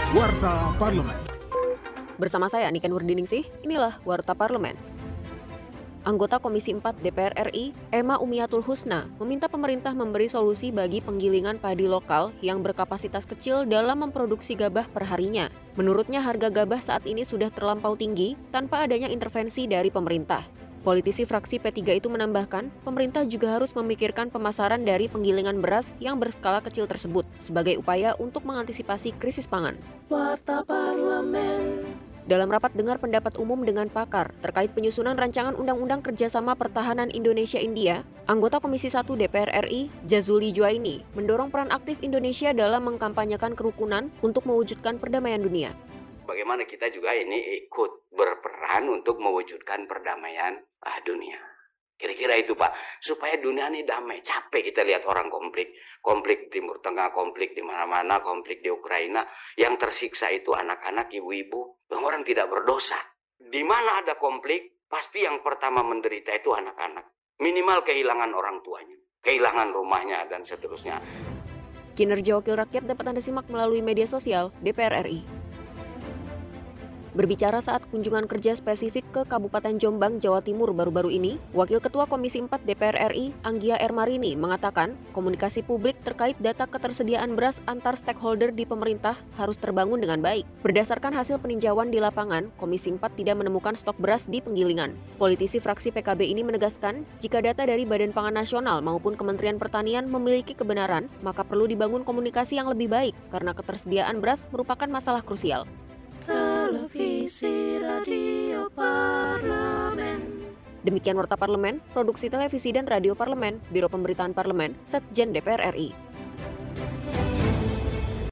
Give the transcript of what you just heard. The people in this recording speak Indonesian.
Warta Parlemen. Bersama saya Niken Nurdiningsih, inilah Warta Parlemen. Anggota Komisi 4 DPR RI, Emma Umiatul Husna, meminta pemerintah memberi solusi bagi penggilingan padi lokal yang berkapasitas kecil dalam memproduksi gabah perharinya. Menurutnya harga gabah saat ini sudah terlampau tinggi tanpa adanya intervensi dari pemerintah. Politisi fraksi P3 itu menambahkan, pemerintah juga harus memikirkan pemasaran dari penggilingan beras yang berskala kecil tersebut sebagai upaya untuk mengantisipasi krisis pangan. Warta Parlemen. Dalam rapat dengar pendapat umum dengan pakar terkait penyusunan rancangan Undang-Undang Kerjasama Pertahanan Indonesia-India, anggota Komisi 1 DPR RI, Jazuli Juwaini, mendorong peran aktif Indonesia dalam mengkampanyekan kerukunan untuk mewujudkan perdamaian dunia. Bagaimana kita juga ini ikut berperan untuk mewujudkan perdamaian dunia. Kira-kira itu Pak, supaya dunia ini damai. Capek kita lihat orang konflik di Timur Tengah, konflik di mana-mana, konflik di Ukraina. Yang tersiksa itu anak-anak, ibu-ibu, orang tidak berdosa. Di mana ada konflik, pasti yang pertama menderita itu anak-anak. Minimal kehilangan orang tuanya, kehilangan rumahnya, dan seterusnya. Kinerja Wakil Rakyat dapat Anda simak melalui media sosial DPR RI. Berbicara saat kunjungan kerja spesifik ke Kabupaten Jombang, Jawa Timur baru-baru ini, Wakil Ketua Komisi 4 DPR RI, Anggia Ermarini, mengatakan komunikasi publik terkait data ketersediaan beras antar stakeholder di pemerintah harus terbangun dengan baik. Berdasarkan hasil peninjauan di lapangan, Komisi 4 tidak menemukan stok beras di penggilingan. Politisi fraksi PKB ini menegaskan, jika data dari Badan Pangan Nasional maupun Kementerian Pertanian memiliki kebenaran, maka perlu dibangun komunikasi yang lebih baik karena ketersediaan beras merupakan masalah krusial. Televisi Radio Parlemen. Demikian Warta Parlemen, Produksi Televisi dan Radio Parlemen, Biro Pemberitaan Parlemen, Setjen DPR RI.